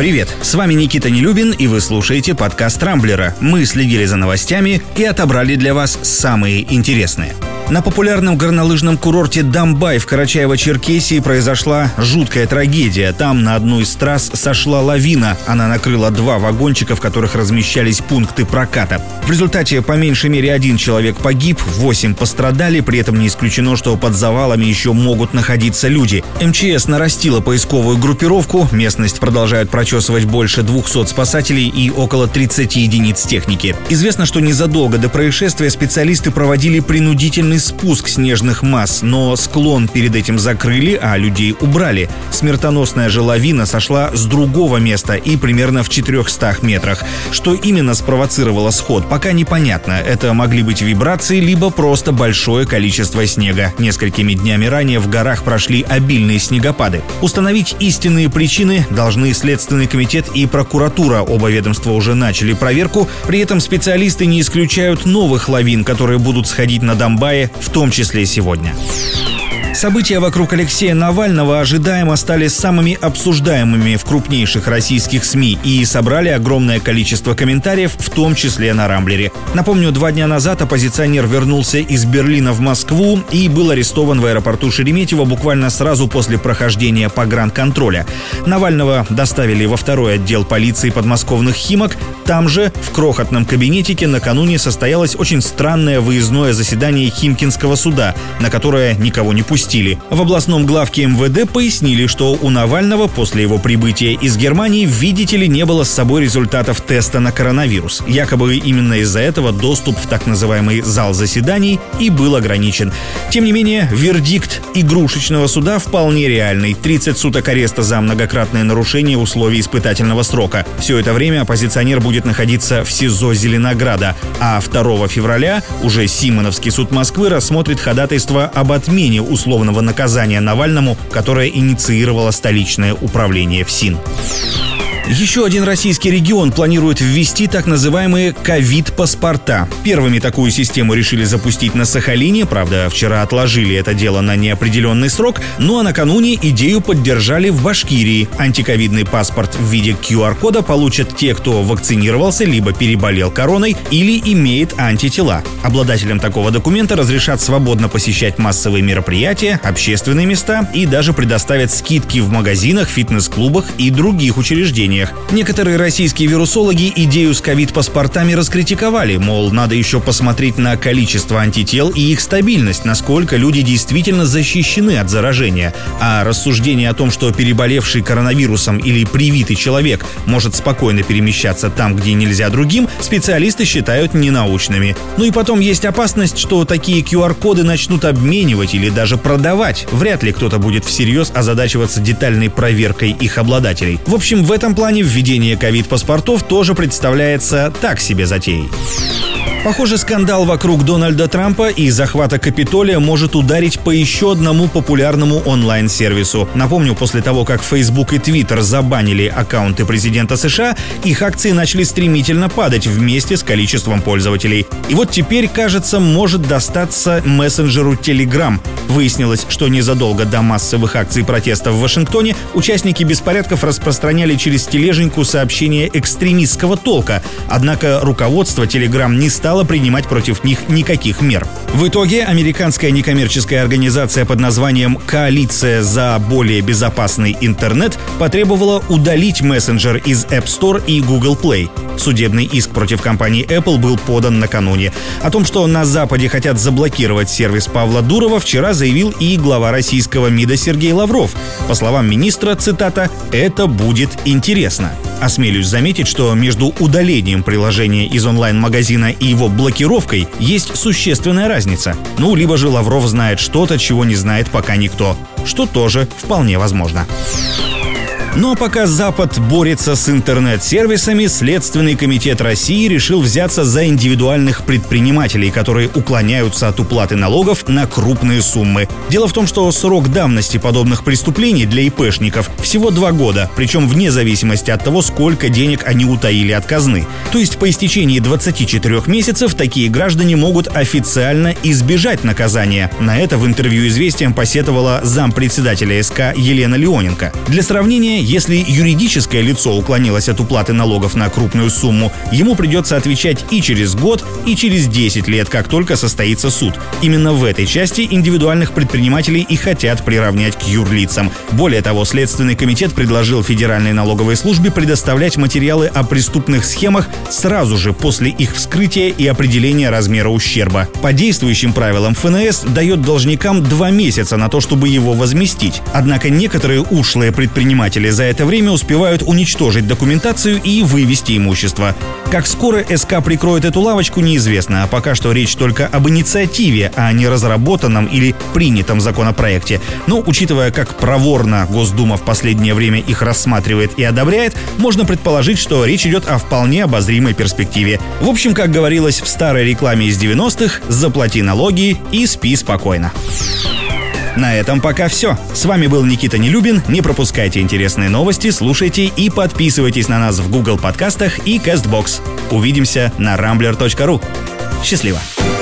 Привет, с вами Никита Нелюбин, и вы слушаете подкаст «Рамблера». Мы следили за новостями и отобрали для вас самые интересные. На популярном горнолыжном курорте Дамбай в Карачаево-Черкесии произошла жуткая трагедия. Там на одну из трасс сошла лавина. Она накрыла 2 вагончика, в которых размещались пункты проката. В результате по меньшей мере 1 человек погиб, 8 пострадали. При этом не исключено, что под завалами еще могут находиться люди. МЧС нарастила поисковую группировку. Местность продолжают прочесывать больше 200 спасателей и около 30 единиц техники. Известно, что незадолго до происшествия специалисты проводили принудительный спуск снежных масс, но склон перед этим закрыли, а людей убрали. Смертоносная же лавина сошла с другого места и примерно в 400 метрах. Что именно спровоцировало сход, пока непонятно. Это могли быть вибрации, либо просто большое количество снега. Несколькими днями ранее в горах прошли обильные снегопады. Установить истинные причины должны Следственный комитет и прокуратура. Оба ведомства уже начали проверку. При этом специалисты не исключают новых лавин, которые будут сходить на Дамбае, в том числе сегодня. События вокруг Алексея Навального ожидаемо стали самыми обсуждаемыми в крупнейших российских СМИ и собрали огромное количество комментариев, в том числе на Рамблере. Напомню, 2 дня назад оппозиционер вернулся из Берлина в Москву и был арестован в аэропорту Шереметьево буквально сразу после прохождения погранконтроля. Навального доставили во 2-й отдел полиции подмосковных Химок. Там же, в крохотном кабинетике, накануне состоялось очень странное выездное заседание Химкинского суда, на которое никого не пустили. В областном главке МВД пояснили, что у Навального после его прибытия из Германии, видите ли, не было с собой результатов теста на коронавирус. Якобы именно из-за этого доступ в так называемый зал заседаний и был ограничен. Тем не менее, вердикт игрушечного суда вполне реальный. 30 суток ареста за многократное нарушение условий испытательного срока. Все это время оппозиционер будет находиться в СИЗО Зеленограда. А 2 февраля уже Симоновский суд Москвы рассмотрит ходатайство об отмене условного наказания Навальному, которое инициировало столичное управление ФСИН. Еще один российский регион планирует ввести так называемые ковид-паспорта. Первыми такую систему решили запустить на Сахалине, правда, вчера отложили это дело на неопределенный срок, ну а накануне идею поддержали в Башкирии. Антиковидный паспорт в виде QR-кода получат те, кто вакцинировался, либо переболел короной, или имеет антитела. Обладателям такого документа разрешат свободно посещать массовые мероприятия, общественные места и даже предоставят скидки в магазинах, фитнес-клубах и других учреждениях. Некоторые российские вирусологи идею с ковид-паспортами раскритиковали, мол, надо еще посмотреть на количество антител и их стабильность, насколько люди действительно защищены от заражения. А рассуждение о том, что переболевший коронавирусом или привитый человек может спокойно перемещаться там, где нельзя другим, специалисты считают ненаучными. Ну и потом есть опасность, что такие QR-коды начнут обменивать или даже продавать. Вряд ли кто-то будет всерьез озадачиваться детальной проверкой их обладателей. В общем, в этом плане введение ковид-паспортов тоже представляется так себе затеей. Похоже, скандал вокруг Дональда Трампа и захвата Капитолия может ударить по еще одному популярному онлайн-сервису. Напомню, после того, как Facebook и Twitter забанили аккаунты президента США, их акции начали стремительно падать вместе с количеством пользователей. И вот теперь, кажется, может достаться мессенджеру Telegram. Выяснилось, что незадолго до массовых акций протеста в Вашингтоне участники беспорядков распространяли через тележеньку сообщения экстремистского толка. Однако руководство Telegram не стало принимать против них никаких мер. В итоге американская некоммерческая организация под названием «Коалиция за более безопасный интернет» потребовала удалить мессенджер из App Store и Google Play. Судебный иск против компании Apple был подан накануне. О том, что на Западе хотят заблокировать сервис Павла Дурова, вчера заявил и глава российского МИДа Сергей Лавров. По словам министра, цитата, «это будет интересно». Осмелюсь заметить, что между удалением приложения из онлайн-магазина и его блокировкой есть существенная разница. Ну, либо же Лавров знает что-то, чего не знает пока никто, что тоже вполне возможно. Но пока Запад борется с интернет-сервисами, Следственный комитет России решил взяться за индивидуальных предпринимателей, которые уклоняются от уплаты налогов на крупные суммы. Дело в том, что срок давности подобных преступлений для ИПшников всего 2 года, причем вне зависимости от того, сколько денег они утаили от казны. То есть по истечении 24 месяцев такие граждане могут официально избежать наказания. На это в интервью «Известиям» посетовала зампредседателя СК Елена Леоненко. Для сравнения, если юридическое лицо уклонилось от уплаты налогов на крупную сумму, ему придется отвечать и через год, и через 10 лет, как только состоится суд. Именно в этой части индивидуальных предпринимателей и хотят приравнять к юрлицам. Более того, Следственный комитет предложил Федеральной налоговой службе предоставлять материалы о преступных схемах сразу же после их вскрытия и определения размера ущерба. По действующим правилам ФНС дает должникам 2 месяца на то, чтобы его возместить. Однако некоторые ушлые предприниматели за это время успевают уничтожить документацию и вывести имущество. Как скоро СК прикроет эту лавочку, неизвестно, а пока что речь только об инициативе, а не разработанном или принятом законопроекте. Но, учитывая, как проворно Госдума в последнее время их рассматривает и одобряет, можно предположить, что речь идет о вполне обозримой перспективе. В общем, как говорилось в старой рекламе из 90-х, заплати налоги и спи спокойно. На этом пока все. С вами был Никита Нелюбин. Не пропускайте интересные новости, слушайте и подписывайтесь на нас в Google подкастах и CastBox. Увидимся на rambler.ru. Счастливо!